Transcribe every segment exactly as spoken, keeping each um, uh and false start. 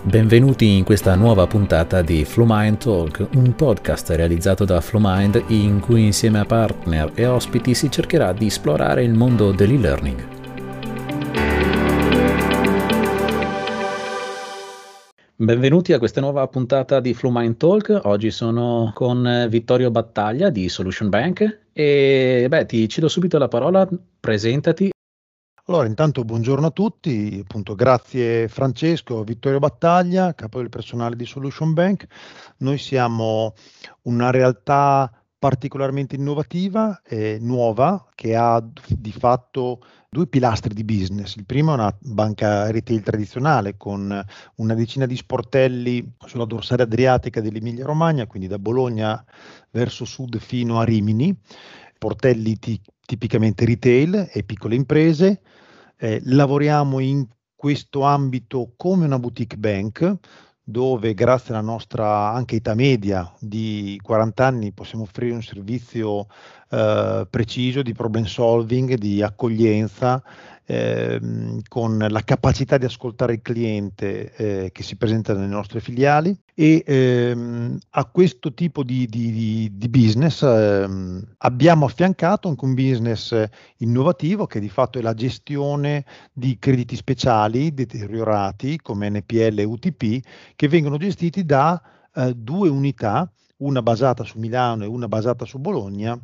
Benvenuti in questa nuova puntata di Flowmind Talk, un podcast realizzato da Flowmind in cui insieme a partner e ospiti si cercherà di esplorare il mondo dell'e-learning. Benvenuti a questa nuova puntata di Flowmind Talk. Oggi sono con Vittorio Battaglia di Solution Bank e beh, ti cedo subito la parola, presentati. Allora, intanto buongiorno a tutti, appunto grazie Francesco, Vittorio Battaglia, capo del personale di Solution Bank. Noi siamo una realtà particolarmente innovativa e nuova che ha di fatto due pilastri di business. Il primo è una banca retail tradizionale con una decina di sportelli sulla dorsale adriatica dell'Emilia Romagna, quindi da Bologna verso sud fino a Rimini, sportelli t- tipicamente retail e piccole imprese. Eh, lavoriamo in questo ambito come una boutique bank, dove grazie alla nostra anche età media di quaranta anni possiamo offrire un servizio eh, preciso di problem solving, di accoglienza, ehm, con la capacità di ascoltare il cliente eh, che si presenta nelle nostre filiali e ehm, a questo tipo di, di, di, di business ehm, abbiamo affiancato anche un business innovativo che di fatto è la gestione di crediti speciali deteriorati come N P L e U T P che vengono gestiti da eh, due unità, una basata su Milano e una basata su Bologna,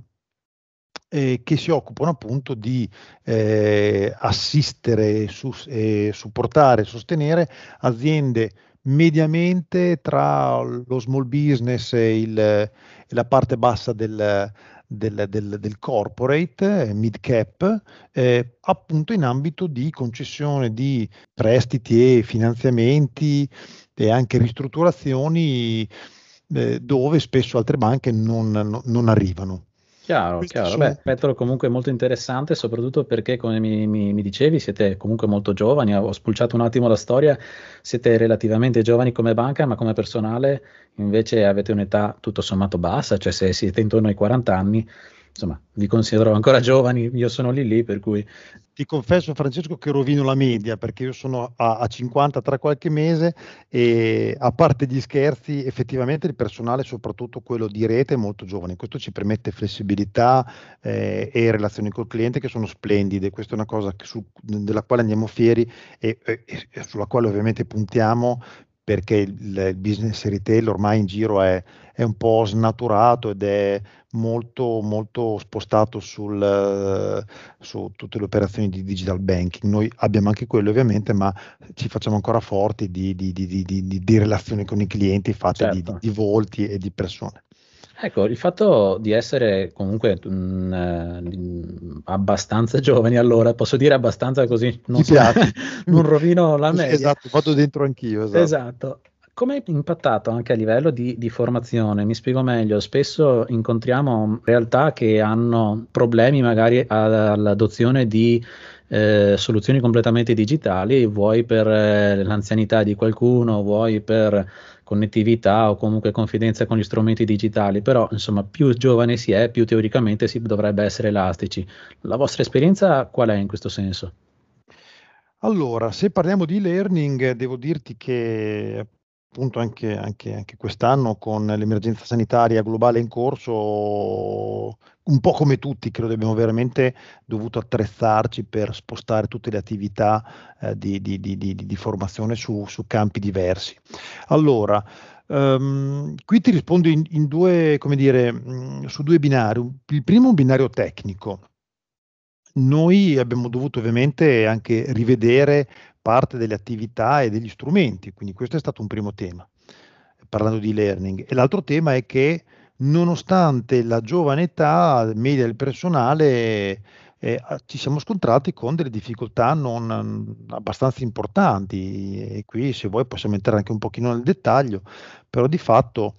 eh, che si occupano appunto di eh, assistere, su, eh, supportare, sostenere aziende mediamente tra lo small business e, il, e la parte bassa del, del, del, del corporate, eh, mid cap, eh, appunto in ambito di concessione di prestiti e finanziamenti e anche ristrutturazioni eh, dove spesso altre banche non, non, non arrivano. Chiaro, Questi chiaro. sono Beh, spettro comunque molto interessante, soprattutto perché, come mi, mi- mi dicevi, siete comunque molto giovani. Ho spulciato un attimo la storia, siete relativamente giovani come banca, ma come personale invece avete un'età tutto sommato bassa, cioè se siete intorno ai quaranta anni, insomma, vi considero ancora giovani, io sono lì lì, per cui Ti confesso, Francesco, che rovino la media perché io sono a, a cinquanta tra qualche mese e a parte gli scherzi, effettivamente il personale, soprattutto quello di rete, è molto giovane. Questo ci permette flessibilità eh, e relazioni col cliente che sono splendide. Questa è una cosa che su- della quale andiamo fieri e, e- e sulla quale ovviamente puntiamo perché il, il business retail ormai in giro è, è un po' snaturato ed è molto, molto spostato sul, eh, su tutte le operazioni di digital banking. Noi abbiamo anche quello ovviamente, ma ci facciamo ancora forti di, di- di- di- di- di- di relazioni con i clienti fatte di, di- certo. di volti e di persone. Ecco, il fatto di essere comunque mm, eh, abbastanza giovani, allora posso dire abbastanza così non, Mi so- piace. non rovino la Così, media. esatto, vado dentro anch'io, esatto. Esatto. Come è impattato anche a livello di, di formazione? Mi spiego meglio. Spesso incontriamo realtà che hanno problemi magari a- all'adozione di eh, soluzioni completamente digitali, vuoi per eh, l'anzianità di qualcuno, vuoi per connettività o comunque confidenza con gli strumenti digitali, però insomma più giovane si è, più teoricamente si dovrebbe essere elastici. La vostra esperienza qual è in questo senso? Allora, se parliamo di learning, devo dirti che appunto anche, anche- anche quest'anno con l'emergenza sanitaria globale in corso, un po' come tutti, credo abbiamo veramente dovuto attrezzarci per spostare tutte le attività eh, di, di- di- di- di formazione su, su campi diversi. Allora, ehm, qui ti rispondo in, in due, come dire, mh, su due binari. Il primo è un binario tecnico. Noi abbiamo dovuto ovviamente anche rivedere parte delle attività e degli strumenti, quindi questo è stato un primo tema, parlando di learning. E l'altro tema è che nonostante la giovane età media del personale, eh, a- ci siamo scontrati con delle difficoltà non abbastanza importanti e qui se vuoi possiamo entrare anche un pochino nel dettaglio, però di fatto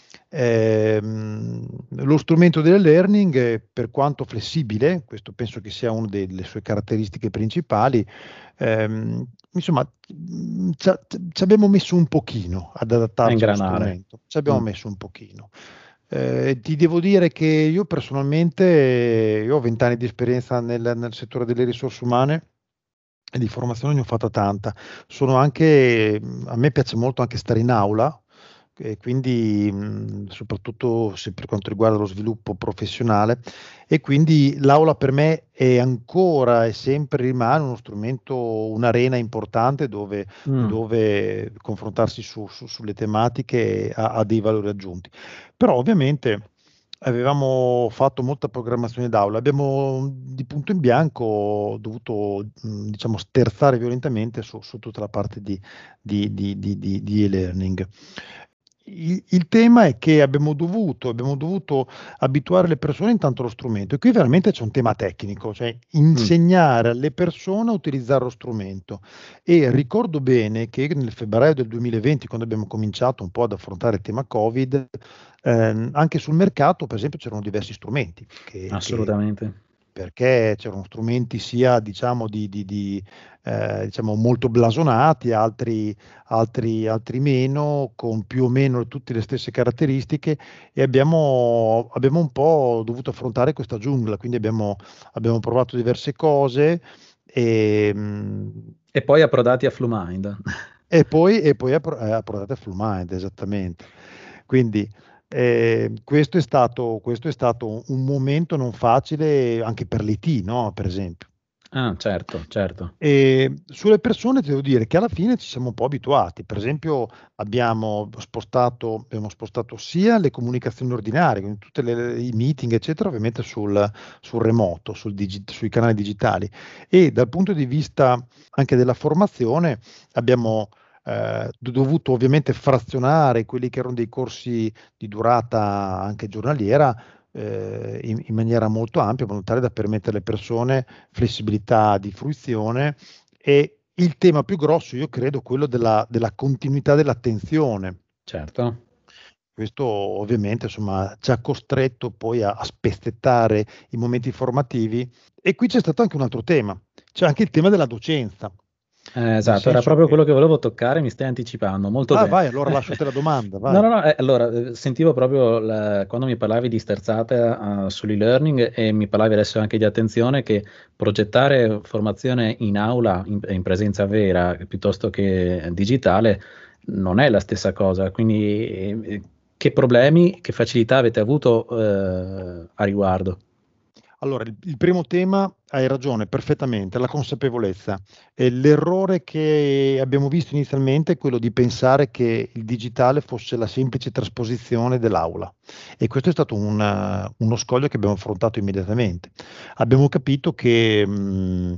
ehm, lo strumento del learning, eh, per quanto flessibile, questo penso che sia una delle sue caratteristiche principali, ehm, insomma, mh, ci ha- ci abbiamo messo un pochino ad A adattarci allo ingranare. strumento, ci abbiamo Mm. messo un pochino. Eh, ti devo dire che io personalmente, eh, io ho vent'anni di esperienza nel, nel settore delle risorse umane e di formazione ne ho fatta tanta. Sono anche, a me piace molto anche stare in aula, e quindi mh, soprattutto se per quanto riguarda lo sviluppo professionale, e quindi l'aula per me è ancora e sempre rimane uno strumento, un'arena importante dove, Mm. dove confrontarsi su- su- sulle tematiche ha, ha dei valori aggiunti. Però ovviamente avevamo fatto molta programmazione d'aula, abbiamo di punto in bianco dovuto mh, diciamo sterzare violentemente su, su tutta la parte di, di, di, di, di- di e-learning. Il, il tema è che abbiamo dovuto, abbiamo dovuto abituare le persone intanto allo strumento, e qui veramente c'è un tema tecnico, cioè Mm. insegnare alle persone a utilizzare lo strumento. E ricordo bene che nel febbraio del duemilaventi, quando abbiamo cominciato un po' ad affrontare il tema Covid, ehm, anche sul mercato, per esempio, c'erano diversi strumenti che, che- Assolutamente. perché c'erano strumenti sia diciamo, di, di- di, eh, diciamo molto blasonati, altri, altri, altri meno, con più o meno tutte le stesse caratteristiche, e abbiamo, abbiamo un po' dovuto affrontare questa giungla, quindi abbiamo, abbiamo provato diverse cose e, mh, E poi approdati a Flumind. e poi, e poi appro- eh, approdate a Flumind, esattamente. Quindi eh, questo è stato, questo è stato un momento non facile anche per l'I T, no? Per esempio. Ah, certo, certo. E sulle persone ti devo dire che alla fine ci siamo un po' abituati. Per esempio, abbiamo spostato, abbiamo spostato sia le comunicazioni ordinarie, quindi tutti i meeting, eccetera, ovviamente sul, sul remoto, sul digi- sui canali digitali. E dal punto di vista anche della formazione, abbiamo eh, dovuto ovviamente frazionare quelli che erano dei corsi di durata anche giornaliera eh, in, in maniera molto ampia, in modo tale da permettere alle persone flessibilità di fruizione. E il tema più grosso, io credo, quello della, della continuità dell'attenzione. Certo. Questo ovviamente insomma, ci ha costretto poi a, a spezzettare i momenti formativi, e qui c'è stato anche un altro tema, c'è anche il tema della docenza, Eh, nel esatto, era senso proprio che... quello che volevo toccare, mi stai anticipando, molto Ah, bene. vai, allora lascio te la domanda, No, vai. no, no, eh, allora, eh, sentivo proprio la- quando mi parlavi di sterzata, eh, sull'e-learning, e mi parlavi adesso anche di attenzione, che progettare formazione in aula, in, in presenza vera, piuttosto che digitale, non è la stessa cosa. Quindi, eh, che problemi, che facilità avete avuto, eh, a riguardo? Allora, il, il primo tema, hai ragione, perfettamente, la consapevolezza. E l'errore che abbiamo visto inizialmente è quello di pensare che il digitale fosse la semplice trasposizione dell'aula. E questo è stato un, eh, uno scoglio che abbiamo affrontato immediatamente. Abbiamo capito che mh,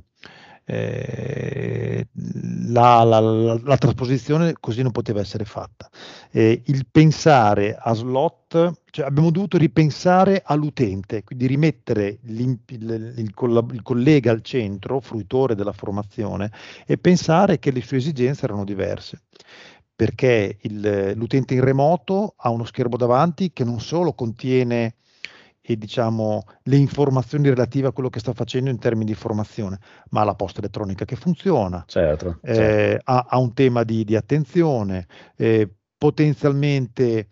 eh, la, la- la- la trasposizione così non poteva essere fatta. Eh, il pensare a slot, cioè abbiamo dovuto ripensare all'utente, quindi rimettere l'im- il, il colla- il collega al centro, fruitore della formazione, e pensare che le sue esigenze erano diverse. Perché il- l'utente in remoto ha uno schermo davanti che non solo contiene e, diciamo, le informazioni relative a quello che sta facendo in termini di formazione, ma ha la posta elettronica che funziona, Certo, certo. eh, ha, ha un tema di, di attenzione, eh, potenzialmente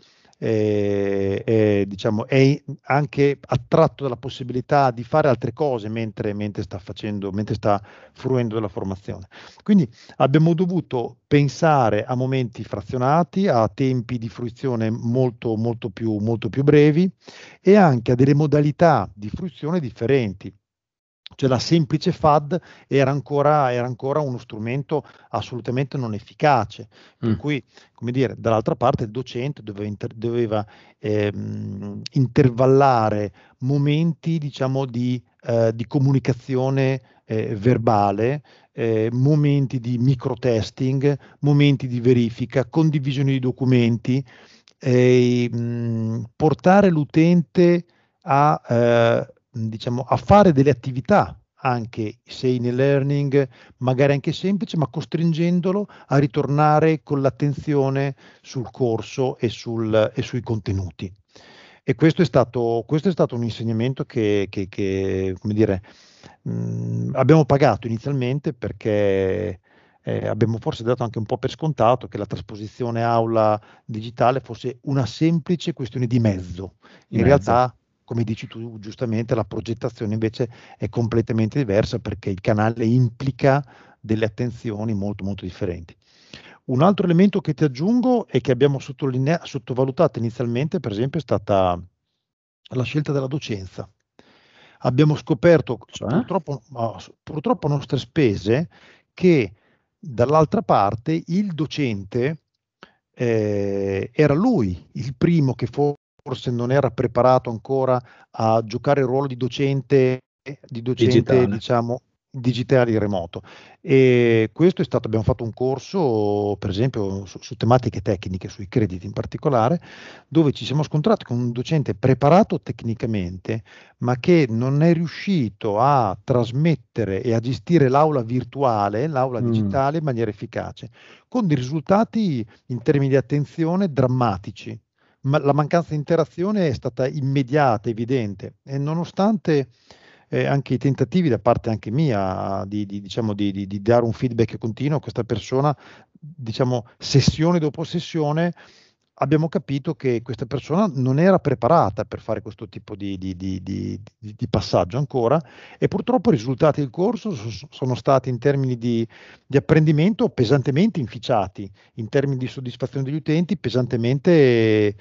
eh, eh, diciamo, è anche attratto dalla possibilità di fare altre cose mentre, mentre sta facendo, mentre sta fruendo della formazione. Quindi abbiamo dovuto pensare a momenti frazionati, a tempi di fruizione molto, molto più, molto più brevi, e anche a delle modalità di fruizione differenti. Cioè la semplice F A D era ancora, era ancora uno strumento assolutamente non efficace, per Mm. cui, come dire, dall'altra parte il docente doveva, inter- doveva, ehm, intervallare momenti, diciamo, di, eh, di comunicazione eh, verbale, eh, momenti di microtesting, momenti di verifica, condivisione di documenti, e, mh, portare l'utente a, eh, diciamo, a fare delle attività, anche se in e-learning, magari anche semplici, ma costringendolo a ritornare con l'attenzione sul corso e, sul, e sui contenuti. E questo è stato, questo è stato un insegnamento che, che- che, come dire, mh, abbiamo pagato inizialmente, perché eh, abbiamo forse dato anche un po' per scontato che la trasposizione aula digitale fosse una semplice questione di mezzo. Di In mezzo. realtà, come dici tu giustamente, la progettazione invece è completamente diversa, perché il canale implica delle attenzioni molto molto differenti. Un altro elemento che ti aggiungo e che abbiamo sottolinea- sottovalutato inizialmente, per esempio, è stata la scelta della docenza. Abbiamo scoperto, Cioè? purtroppo, ma purtroppo a nostre spese, che dall'altra parte il docente eh, era lui il primo che forse non era preparato ancora a giocare il ruolo di docente, di docente, Digitale. diciamo, digitale in remoto. E questo è stato, abbiamo fatto un corso, per esempio, su, su tematiche tecniche, sui crediti in particolare, dove ci siamo scontrati con un docente preparato tecnicamente, ma che non è riuscito a trasmettere e a gestire l'aula virtuale, l'aula Mm. digitale in maniera efficace, con dei risultati in termini di attenzione drammatici. Ma la mancanza di interazione è stata immediata, evidente, e nonostante eh, anche i tentativi da parte anche mia di, di, diciamo, di, di, di dare un feedback continuo a questa persona, diciamo, sessione dopo sessione, abbiamo capito che questa persona non era preparata per fare questo tipo di, di, di, di, di- di passaggio ancora, e purtroppo i risultati del corso so- sono stati in termini di, di apprendimento pesantemente inficiati, in termini di soddisfazione degli utenti pesantemente,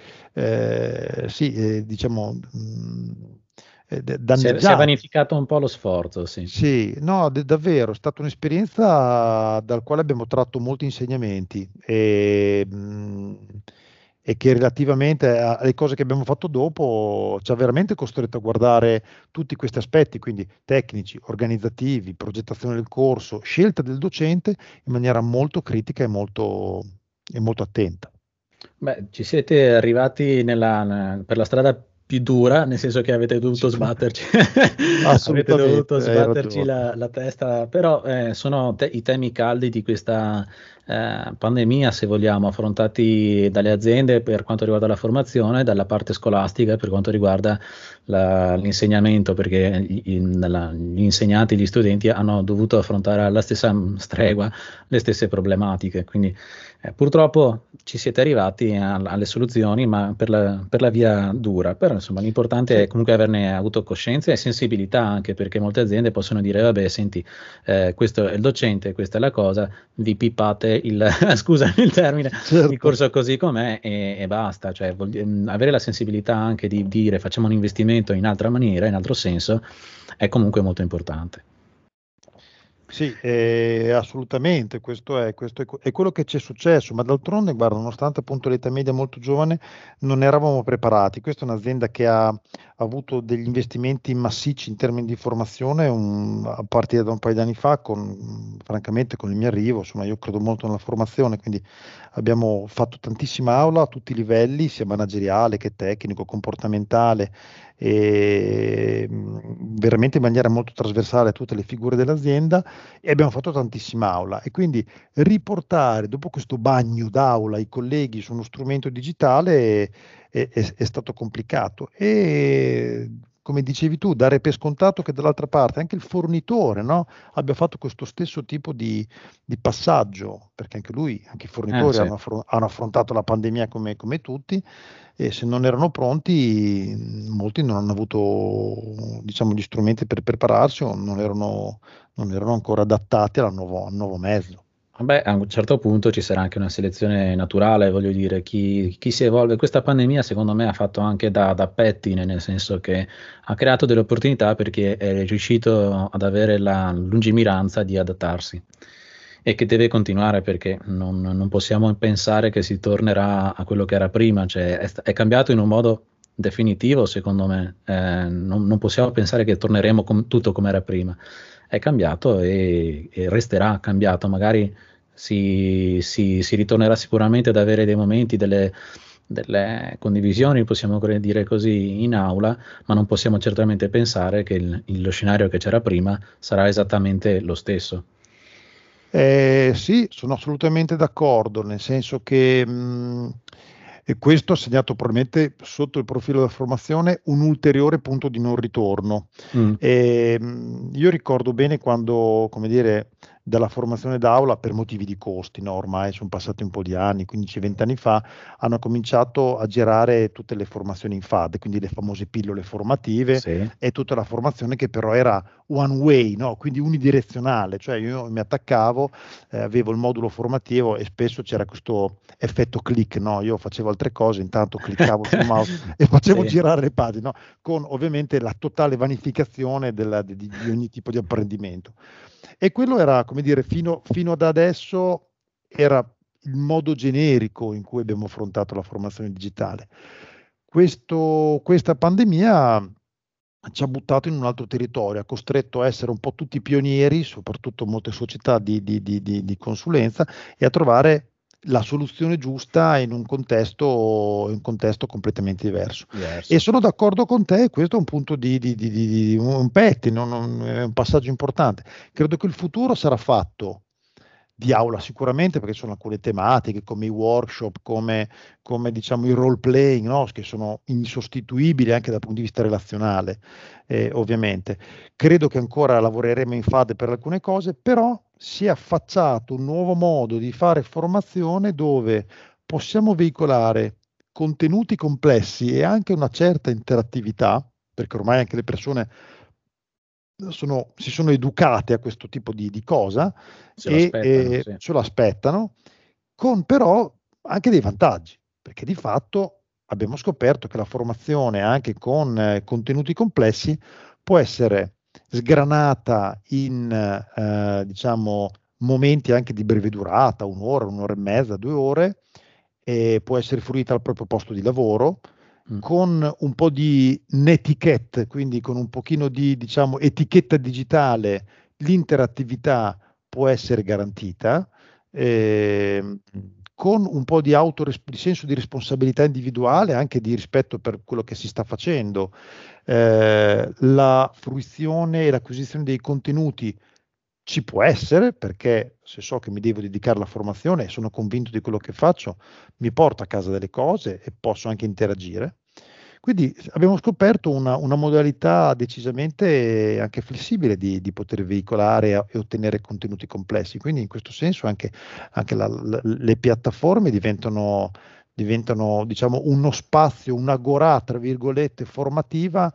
eh, sì, eh, diciamo, mh, eh, d- Si è, si è danneggiati. vanificato un po' lo sforzo, sì. Sì, no, d- davvero, è stata un'esperienza dal quale abbiamo tratto molti insegnamenti e, mh, e che relativamente a- alle cose che abbiamo fatto dopo ci ha veramente costretto a guardare tutti questi aspetti, quindi tecnici, organizzativi, progettazione del corso, scelta del docente in maniera molto critica e molto, e molto attenta. Beh, ci siete arrivati nella- per la strada più dura, nel senso che avete dovuto sbatterci, avete dovuto Assolutamente, hai sbatterci ragione. la, la testa, però eh, sono te- i temi caldi di questa eh, pandemia, se vogliamo, affrontati dalle aziende per quanto riguarda la formazione, dalla parte scolastica per quanto riguarda la- l'insegnamento, perché gli, in- la- gli insegnanti, gli studenti hanno dovuto affrontare alla stessa stregua le stesse problematiche, quindi eh, purtroppo ci siete arrivati a- alle soluzioni, ma per la, per la via dura. Però insomma l'importante Sì. è comunque averne avuto coscienza e sensibilità, anche perché molte aziende possono dire, vabbè, senti, eh, questo è il docente, questa è la cosa, vi pippate il, scusami il termine, il Certo. corso così com'è e, e basta. Cioè, vuol dire- mh, avere la sensibilità anche di dire facciamo un investimento in altra maniera, in altro senso, è comunque molto importante. Sì, eh, assolutamente, questo è, questo è, è quello che ci è successo, ma d'altronde, guarda, nonostante appunto l'età media molto giovane, non eravamo preparati. Questa è un'azienda che ha avuto degli investimenti massicci in termini di formazione un- a partire da un paio di anni fa, con, francamente con il mio arrivo, insomma, io credo molto nella formazione, quindi abbiamo fatto tantissima aula a tutti i livelli, sia manageriale che tecnico, comportamentale, e mh, veramente in maniera molto trasversale a tutte le figure dell'azienda, e abbiamo fatto tantissima aula, e quindi riportare dopo questo bagno d'aula i colleghi su uno strumento digitale è, è- è stato complicato, e come dicevi tu, dare per scontato che dall'altra parte anche il fornitore, no, abbia fatto questo stesso tipo di, di passaggio, perché anche lui, anche i Eh, fornitori sì. hanno, affro- hanno affrontato la pandemia come, come tutti, e se non erano pronti, molti non hanno avuto, diciamo, gli strumenti per prepararsi, o non erano, non erano ancora adattati al nuovo, al nuovo mezzo. Vabbè, a un certo punto ci sarà anche una selezione naturale, voglio dire, chi, chi si evolve. Questa pandemia secondo me ha fatto anche da, da pettine, nel senso che ha creato delle opportunità perché è riuscito ad avere la lungimiranza di adattarsi e che deve continuare perché non, non possiamo pensare che si tornerà a quello che era prima, cioè è, sta- è cambiato in un modo definitivo secondo me. Eh, non, non possiamo pensare che torneremo com- tutto come era prima, è cambiato e, e resterà cambiato, magari si, si- si ritornerà sicuramente ad avere dei momenti, delle, delle condivisioni, possiamo cre- dire così, in aula, ma non possiamo certamente pensare che il- il- lo scenario che c'era prima sarà esattamente lo stesso. Eh, sì, sono assolutamente d'accordo, nel senso che mh, e questo ha segnato probabilmente sotto il profilo della formazione un ulteriore punto di non ritorno. Mm, E, mh, io ricordo bene quando, come dire, della formazione d'aula per motivi di costi, no? Ormai sono passati un po' di anni, quindici venti anni fa, hanno cominciato a girare tutte le formazioni in F A D, quindi le famose pillole formative Sì, e tutta la formazione che però era one way, no? Quindi unidirezionale, cioè io mi attaccavo, eh, avevo il modulo formativo e spesso c'era questo effetto click, no? Io facevo altre cose, intanto cliccavo sul mouse e facevo sì, girare le pagine, no? Con ovviamente la totale vanificazione della- di, di ogni tipo di apprendimento. E quello era, come dire, fino, fino ad adesso era il modo generico in cui abbiamo affrontato la formazione digitale. Questo, questa pandemia ci ha buttato in un altro territorio, ha costretto a essere un po' tutti pionieri, soprattutto molte società di, di, di, di, di consulenza, e a trovare la soluzione giusta in un contesto, in un contesto completamente diverso. E diverso. sono d'accordo con te, questo è un punto di, di, di, di- di- un pettine, non- non- è un passaggio importante. Credo che il futuro sarà fatto di aula sicuramente, perché ci sono alcune tematiche come i workshop, come, come diciamo il role playing, no? Che sono insostituibili anche dal punto di vista relazionale, eh, ovviamente. Credo che ancora lavoreremo in F A D per alcune cose, però si è affacciato un nuovo modo di fare formazione dove possiamo veicolare contenuti complessi e anche una certa interattività, perché ormai anche le persone sono- si sono educate a questo tipo di, di cosa Se lo e aspettano, eh, sì. ce lo aspettano, con però anche dei vantaggi, perché di fatto abbiamo scoperto che la formazione anche con eh, contenuti complessi può essere sgranata in eh, diciamo momenti anche di breve durata, un'ora, un'ora e mezza, due ore, e può essere fruita al proprio posto di lavoro Mm. con un po' di netiquette, quindi con un pochino di, diciamo, etichetta digitale, l'interattività può essere garantita, ehm, con un po' di, autores- di senso di responsabilità individuale, anche di rispetto per quello che si sta facendo. Eh, la fruizione e l'acquisizione dei contenuti ci può essere, perché se so che mi devo dedicare alla formazione e sono convinto di quello che faccio, mi porto a casa delle cose e posso anche interagire. Quindi abbiamo scoperto una, una modalità decisamente anche flessibile di, di poter veicolare e ottenere contenuti complessi. Quindi in questo senso anche, anche la- la- le piattaforme diventano, diventano diciamo, uno spazio, un'agorà, tra virgolette, formativa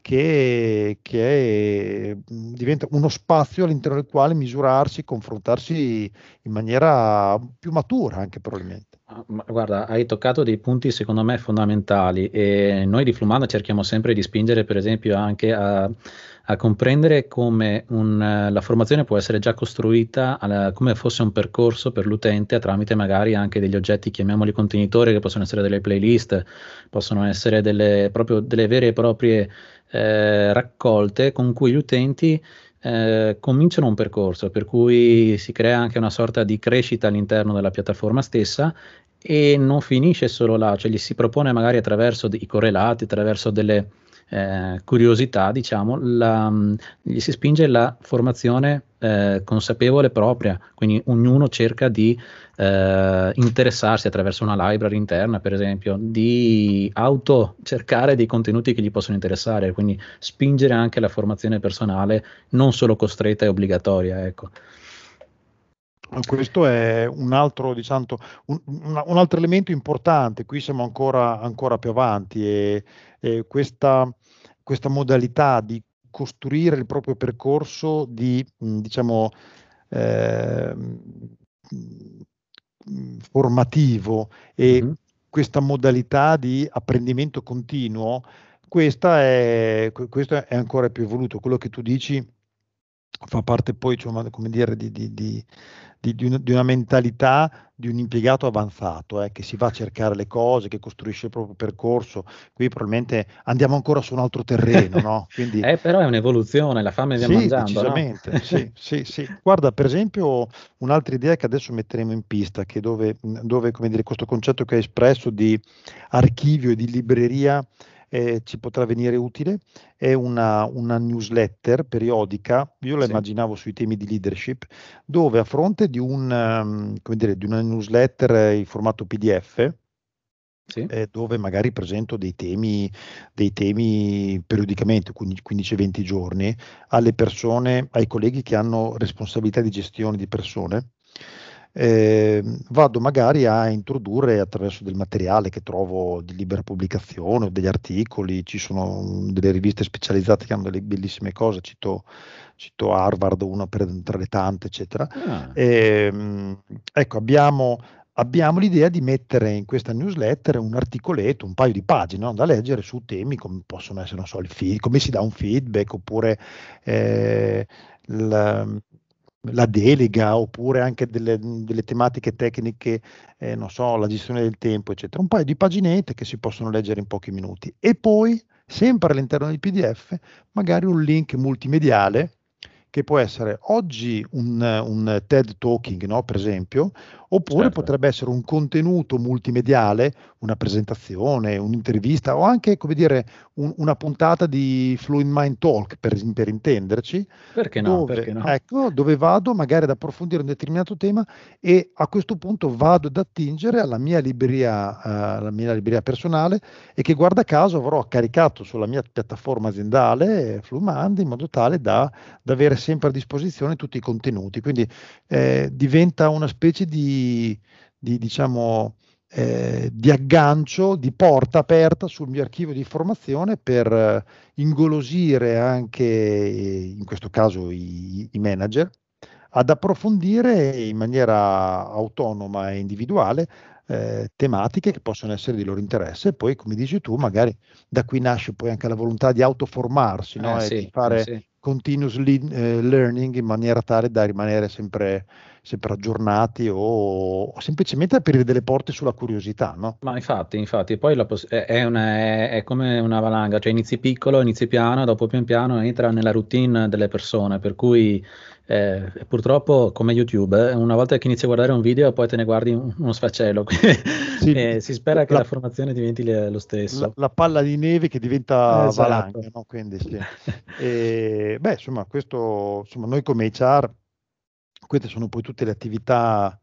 che, che è- diventa uno spazio all'interno del quale misurarsi, confrontarsi in maniera più matura anche probabilmente. Ah, ma guarda, hai toccato dei punti secondo me fondamentali e noi di Flumana cerchiamo sempre di spingere per esempio anche a, a comprendere come un, eh, la formazione può essere già costruita alla- come fosse un percorso per l'utente tramite magari anche degli oggetti, chiamiamoli contenitori, che possono essere delle playlist, possono essere delle, proprio delle vere e proprie eh, raccolte con cui gli utenti eh, cominciano un percorso, per cui si crea anche una sorta di crescita all'interno della piattaforma stessa e non finisce solo là, cioè gli si propone magari attraverso dei correlati, attraverso delle eh, curiosità, diciamo, la, mh, gli si spinge la formazione eh, consapevole propria, quindi ognuno cerca di eh, interessarsi attraverso una library interna, per esempio, di auto cercare dei contenuti che gli possono interessare, quindi spingere anche la formazione personale, non solo costretta e obbligatoria, ecco. Questo è un altro, diciamo, un, un- un altro elemento importante, qui siamo ancora, ancora più avanti e, e questa, questa modalità di costruire il proprio percorso di, mh, diciamo, ehm, mh, formativo e Mhm. questa modalità di apprendimento continuo, questa è, que- questo è ancora più evoluto. Quello che tu dici fa parte poi, insomma, come dire, di, di- di- di- di una, di una mentalità di un impiegato avanzato, eh, che si va a cercare le cose, che costruisce il proprio percorso. Qui probabilmente andiamo ancora su un altro terreno, no? Quindi Eh, però è un'evoluzione, la fame via sì, mangiando, no? decisamente, sì, sì, sì. Guarda, per esempio, un'altra idea che adesso metteremo in pista, che dove, dove, come dire, questo concetto che hai espresso di archivio e di libreria eh, ci potrà venire utile, è una, una newsletter periodica, io la Sì, immaginavo sui temi di leadership, dove a fronte di, un, ehm, come dire, di una newsletter in formato P D F, Sì. eh, dove magari presento dei temi, dei temi periodicamente, quindici venti giorni, alle persone, ai colleghi che hanno responsabilità di gestione di persone. Eh, vado magari a introdurre attraverso del materiale che trovo di libera pubblicazione o degli articoli, ci sono mm, delle riviste specializzate che hanno delle bellissime cose, cito, cito Harvard, una per, tra le tante, eccetera. Ah, Eh, ecco, abbiamo, abbiamo l'idea di mettere in questa newsletter un articoletto, un paio di pagine, no, da leggere su temi come possono essere, non so, il feed, come si dà un feedback, oppure eh, la, la delega, oppure anche delle, delle tematiche tecniche, eh, non so, la gestione del tempo, eccetera. Un paio di paginette che si possono leggere in pochi minuti. E poi, sempre all'interno del P D F, magari un link multimediale che può essere oggi un, un TED Talking, no, per esempio, oppure certo. potrebbe essere un contenuto multimediale, una presentazione, un'intervista o anche, come dire, un- una puntata di Fluent Mind Talk, per, per intenderci, Perché no? dove, Perché no? ecco, dove vado magari ad approfondire un determinato tema e a questo punto vado ad attingere alla mia libreria, eh, alla mia libreria personale e che guarda caso avrò caricato sulla mia piattaforma aziendale, eh, Flumind, in modo tale da da avere sempre a disposizione tutti i contenuti. Quindi eh, diventa una specie di, di, diciamo, eh, di aggancio, di porta aperta sul mio archivio di informazione per eh, ingolosire anche, in questo caso, i, i manager ad approfondire in maniera autonoma e individuale eh, tematiche che possono essere di loro interesse. E poi, come dici tu, magari da qui nasce poi anche la volontà di autoformarsi, Eh no? E di sì, eh fare sì. continuous le- eh, learning in maniera tale da rimanere sempre, sempre aggiornati o, o semplicemente aprire delle porte sulla curiosità, no? Ma infatti, infatti, poi la poss- è, è una- è- è come una valanga, cioè inizi piccolo, inizi piano, dopo pian piano entra nella routine delle persone, per cui eh, purtroppo come YouTube, eh, una volta che inizi a guardare un video poi te ne guardi un- uno sfaccello, quindi Sì, eh, si spera che la la, formazione diventi le- lo la- stesso. la palla di neve che diventa Esatto. valanga, no? Quindi sì. E, beh, insomma, questo, insomma, noi come H R, queste sono poi tutte le attività,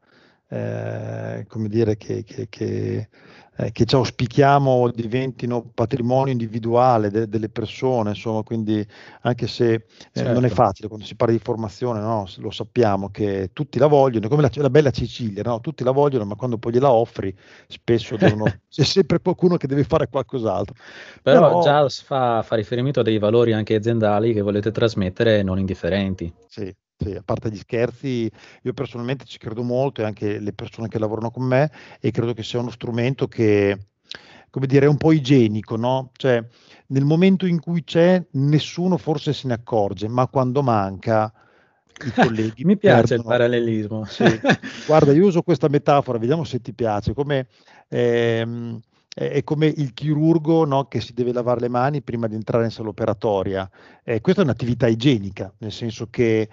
eh, come dire, che, che, che, eh, che ci auspichiamo diventino patrimonio individuale de- delle persone, insomma, quindi anche se eh, non è Certo. facile quando si parla di formazione, no? Lo sappiamo che tutti la vogliono, come la, la bella Sicilia, no? Tutti la vogliono, ma quando poi gliela offri, spesso devono, c'è sempre qualcuno che deve fare qualcos'altro. Però Però già fa, fa riferimento a dei valori anche aziendali che volete trasmettere non indifferenti. sì, sì, a parte gli scherzi, io personalmente ci credo molto e anche le persone che lavorano con me e credo che sia uno strumento che, come dire, è un po' igienico, no? Cioè, nel momento in cui c'è, nessuno forse se ne accorge, ma quando manca, i colleghi Mi piace il perdono. parallelismo. Sì, guarda, io uso questa metafora, vediamo se ti piace, come, ehm, è è come il chirurgo, no, che si deve lavare le mani prima di entrare in sala operatoria. Eh, questa è un'attività igienica, nel senso che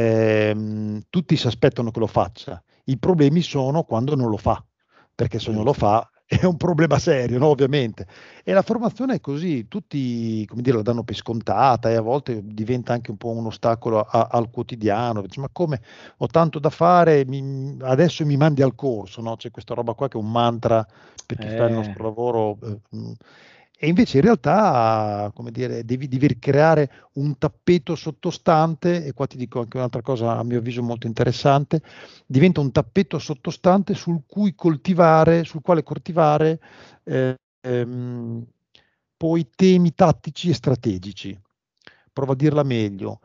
ehm, tutti si aspettano che lo faccia. I problemi sono quando non lo fa, perché se non lo Giusto. fa è un problema serio, no, ovviamente. E la formazione è così, tutti, come dire, la danno per scontata e a volte diventa anche un po' un ostacolo a- al quotidiano. Dici, ma come ho tanto da fare, mi- adesso mi mandi al corso, no? C'è questa roba qua che è un mantra per chi fa il Eh, nostro lavoro. eh, mh. E invece in realtà, come dire, devi, devi creare un tappeto sottostante, e qua ti dico anche un'altra cosa a mio avviso molto interessante, diventa un tappeto sottostante sul cui coltivare, sul quale coltivare eh, ehm, poi temi tattici e strategici. Provo a dirla meglio.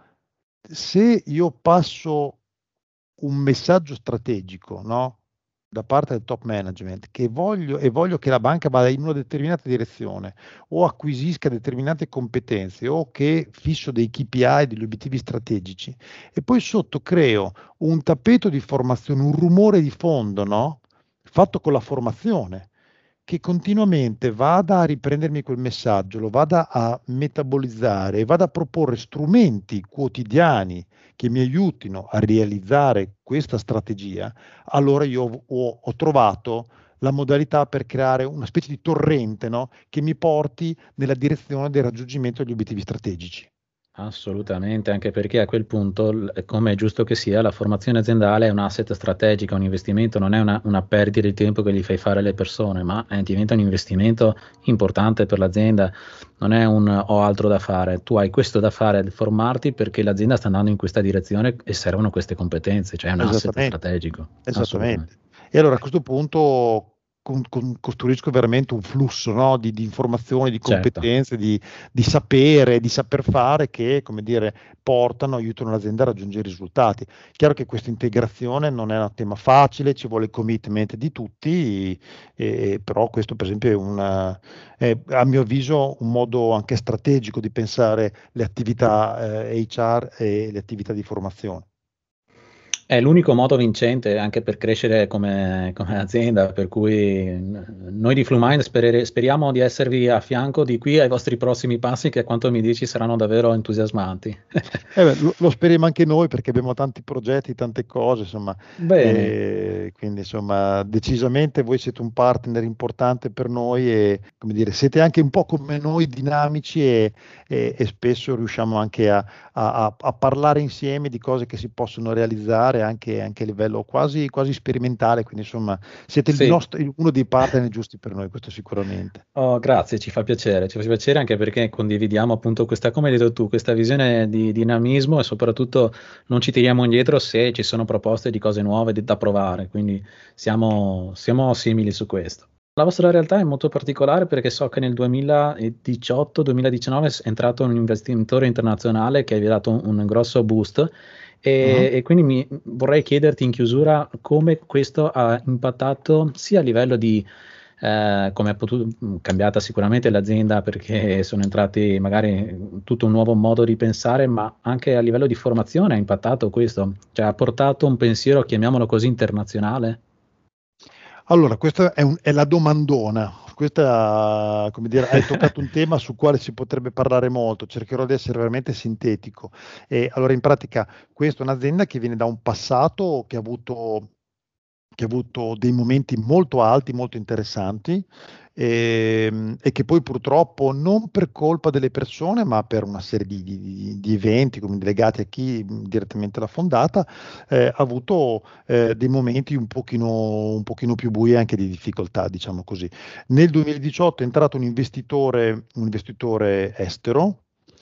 Se io passo un messaggio strategico, no? Da parte del top management che voglio e voglio che la banca vada in una determinata direzione o acquisisca determinate competenze o che fisso dei K P I, degli obiettivi strategici e poi sotto creo un tappeto di formazione, un rumore di fondo, no? Fatto con la formazione che continuamente vada a riprendermi quel messaggio, lo vada a metabolizzare e vada a proporre strumenti quotidiani che mi aiutino a realizzare questa strategia, allora io ho, ho- ho trovato la modalità per creare una specie di torrente, no? Che mi porti nella direzione del raggiungimento degli obiettivi strategici. Assolutamente, anche perché a quel punto, l- come è giusto che sia, la formazione aziendale è un asset strategico, un investimento, non è una, una perdita di tempo che gli fai fare alle persone, ma eh, diventa un investimento importante per l'azienda, non è un ho altro da fare, tu hai questo da fare, formarti perché l'azienda sta andando in questa direzione e servono queste competenze, cioè è un asset Esattamente, strategico, assolutamente. esattamente. E allora a questo punto con- con- costruisco veramente un flusso, no, di, di informazioni, di Certo. competenze, di, di sapere, di saper fare che, come dire, portano, aiutano l'azienda a raggiungere i risultati. Chiaro che questa integrazione non è un tema facile, ci vuole il commitment di tutti, e- però questo per esempio è, una- è, a mio avviso un modo anche strategico di pensare le attività eh, H R e le attività di formazione. È l'unico modo vincente anche per crescere come, come azienda, per cui n- noi di FluMind sperere- speriamo di esservi a fianco di qui ai vostri prossimi passi che a quanto mi dici saranno davvero entusiasmanti. Eh beh, lo, lo speriamo anche noi perché abbiamo tanti progetti, tante cose, insomma, Bene, e quindi insomma, decisamente voi siete un partner importante per noi e, come dire, siete anche un po' come noi dinamici e, e- e spesso riusciamo anche a, a- a- a parlare insieme di cose che si possono realizzare anche, anche a livello quasi, quasi sperimentale, quindi insomma, siete il sì. nostro- uno dei partner giusti per noi, questo sicuramente. Oh, grazie, ci fa piacere, ci fa piacere anche perché condividiamo appunto questa, come hai detto tu, questa visione di dinamismo e soprattutto non ci tiriamo indietro se ci sono proposte di cose nuove di- da provare, quindi siamo, siamo simili su questo. La vostra realtà è molto particolare perché so che nel duemiladiciotto-duemiladiciannove è entrato un investitore internazionale che vi ha dato un, un grosso boost Mhm. e, e quindi mi, vorrei chiederti in chiusura come questo ha impattato sia a livello di eh, come è potuto, cambiata sicuramente l'azienda perché sono entrati magari tutto un nuovo modo di pensare, ma anche a livello di formazione ha impattato questo, cioè ha portato un pensiero, chiamiamolo così, internazionale. Allora, questa è, un- è la domandona. Questa, come dire, hai toccato un tema sul quale si potrebbe parlare molto. Cercherò di essere veramente sintetico. E allora, in pratica, questa è un'azienda che viene da un passato che ha avuto, che ha avuto dei momenti molto alti, molto interessanti, ehm, e, che poi purtroppo, non per colpa delle persone, ma per una serie di, di- di eventi come legati a chi mh, direttamente l'ha fondata, eh, ha avuto eh, dei momenti un pochino, un pochino più bui e anche di difficoltà, diciamo così. Nel duemiladiciotto è entrato un investitore, un investitore estero,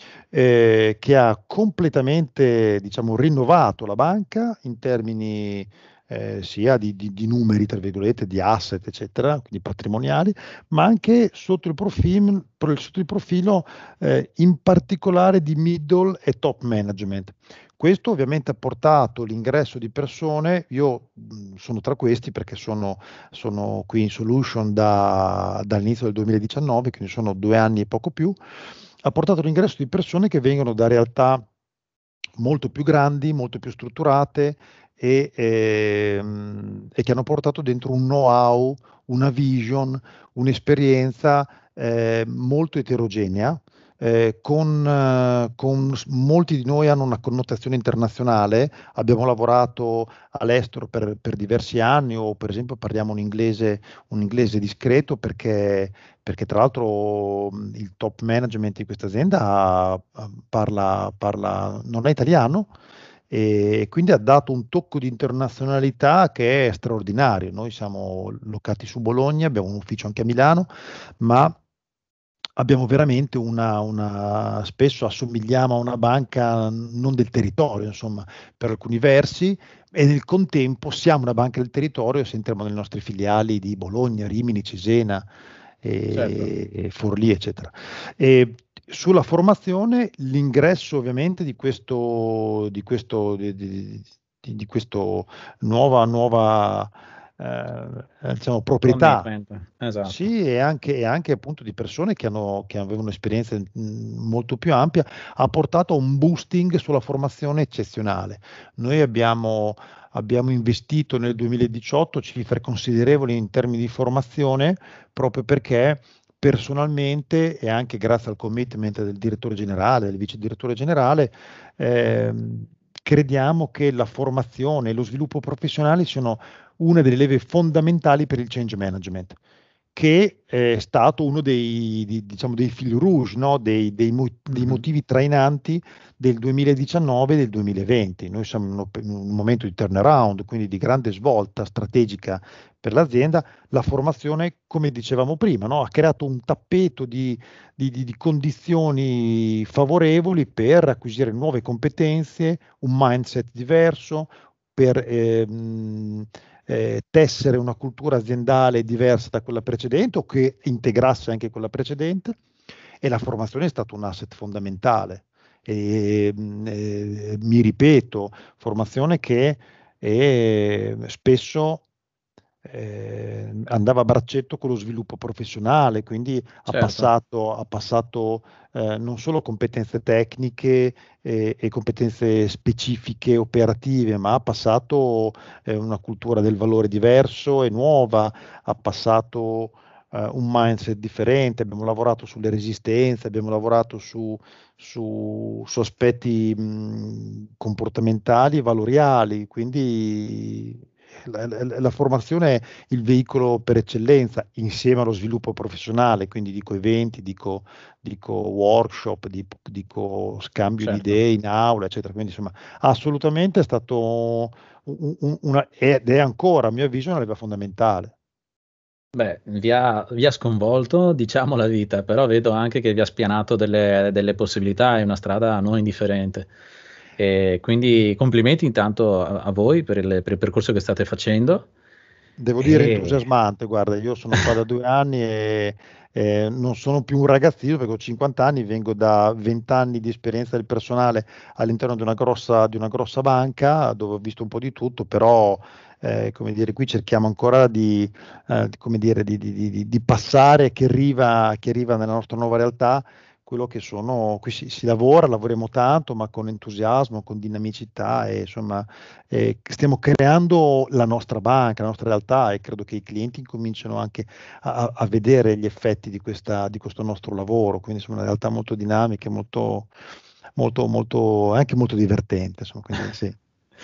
eh, che ha completamente, diciamo, rinnovato la banca in termini eh, sia di, di- di numeri, tra virgolette, di asset, eccetera, quindi patrimoniali, ma anche sotto il profilo, sotto il profilo eh, in particolare di middle e top management. Questo ovviamente ha portato l'ingresso di persone, io mh, sono tra questi perché sono, sono qui in Solution da- dall'inizio del duemiladiciannove, quindi sono due anni e poco più, ha portato l'ingresso di persone che vengono da realtà molto più grandi, molto più strutturate e, ehm, e che hanno portato dentro un know-how, una vision, un'esperienza eh, molto eterogenea, eh, con, eh, con s- molti di noi hanno una connotazione internazionale, abbiamo lavorato all'estero per, per diversi anni o per esempio parliamo un inglese, un inglese discreto perché, perché tra l'altro mh, il top management di questa azienda ha- ha- parla, parla, non è italiano e quindi ha dato un tocco di internazionalità che è straordinario. Noi siamo locati su Bologna, abbiamo un ufficio anche a Milano, ma abbiamo veramente una, una- spesso assomigliamo a una banca non del territorio, insomma, per alcuni versi, e nel contempo siamo una banca del territorio se entriamo nelle nostre filiali di Bologna, Rimini, Cesena, Certo. e, e Forlì, eccetera. E sulla formazione, l'ingresso ovviamente di questo, di questo, di, di- di- di questo nuova, nuova eh, diciamo, proprietà. Commitment, esatto. Sì, e anche, e anche appunto di persone che, hanno, che avevano un'esperienza mh, molto più ampia, ha portato a un boosting sulla formazione eccezionale. Noi abbiamo, abbiamo investito nel duemiladiciotto cifre considerevoli in termini di formazione proprio perché personalmente e anche grazie al commitment del direttore generale, del vice direttore generale, ehm, crediamo che la formazione e lo sviluppo professionale siano una delle leve fondamentali per il change management. che è stato uno dei, di, diciamo, dei fil rouge, no? dei, dei, mo- dei Mhm. motivi trainanti del duemiladiciannove e del duemilaventi. Noi siamo in uno- in un momento di turnaround, quindi di grande svolta strategica per l'azienda. La formazione, come dicevamo prima, no? Ha creato un tappeto di, di- di- di condizioni favorevoli per acquisire nuove competenze, un mindset diverso, per ehm, eh, tessere una cultura aziendale diversa da quella precedente o che integrasse anche quella precedente, e la formazione è stato un asset fondamentale. E, mh, eh, mi ripeto, formazione che è spesso eh, andava a braccetto con lo sviluppo professionale, quindi ha Certo, passato, ha passato eh, non solo competenze tecniche e, e competenze specifiche operative, ma ha passato eh, una cultura del valore diverso e nuova, ha passato eh, un mindset differente, abbiamo lavorato sulle resistenze, abbiamo lavorato su, su- su aspetti mh, comportamentali e valoriali, quindi la, la- la formazione è il veicolo per eccellenza insieme allo sviluppo professionale, quindi dico eventi, dico, dico workshop, dico, dico scambio di certo. idee in aula, eccetera. Quindi insomma, assolutamente è stato un- un- una, ed è ancora, a mio avviso, una leva fondamentale. Beh, vi ha, vi ha sconvolto, diciamo, la vita, però vedo anche che vi ha spianato delle, delle possibilità, è una strada non indifferente. E quindi complimenti intanto a, a voi per il, per il percorso che state facendo. Devo dire E... entusiasmante, guarda, io sono qua da due anni e eh, non sono più un ragazzino perché ho cinquanta anni, vengo da venti anni di esperienza del personale all'interno di una grossa, di una grossa banca dove ho visto un po' di tutto, però eh, come dire, qui cerchiamo ancora di, eh, di- come dire, di, di- di- di passare che arriva, che arriva nella nostra nuova realtà quello che sono, qui si, si lavora, lavoriamo tanto, ma con entusiasmo, con dinamicità e insomma eh, stiamo creando la nostra banca, la nostra realtà e credo che i clienti incominciano anche a, a vedere gli effetti di, questa, di questo nostro lavoro, quindi insomma una realtà molto dinamica, e molto, molto, molto, anche molto divertente, insomma, quindi sì.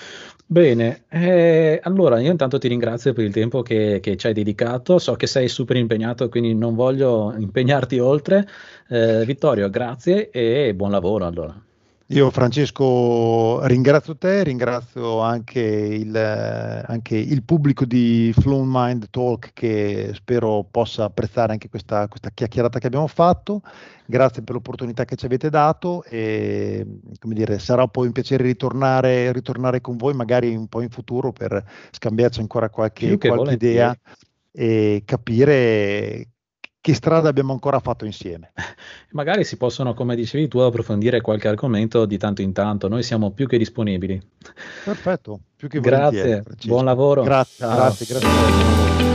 Bene, eh, allora io intanto ti ringrazio per il tempo che, che ci hai dedicato, so che sei super impegnato, quindi non voglio impegnarti oltre. Eh, Vittorio, grazie e buon lavoro allora. Io Francesco ringrazio te, ringrazio anche il, eh, anche il pubblico di Flow Mind Talk che spero possa apprezzare anche questa, questa chiacchierata che abbiamo fatto. Grazie per l'opportunità che ci avete dato e come dire, sarà poi un piacere ritornare, ritornare con voi magari un po' in futuro per scambiarci ancora Più qualche, che qualche idea volentieri. e capire che strada abbiamo ancora fatto insieme. Magari si possono, come dicevi tu, approfondire qualche argomento di tanto in tanto, noi siamo più che disponibili. Perfetto, più che volentieri, Grazie, buon Francesco. lavoro. Grazie, Ciao. grazie, grazie a te, buon lavoro.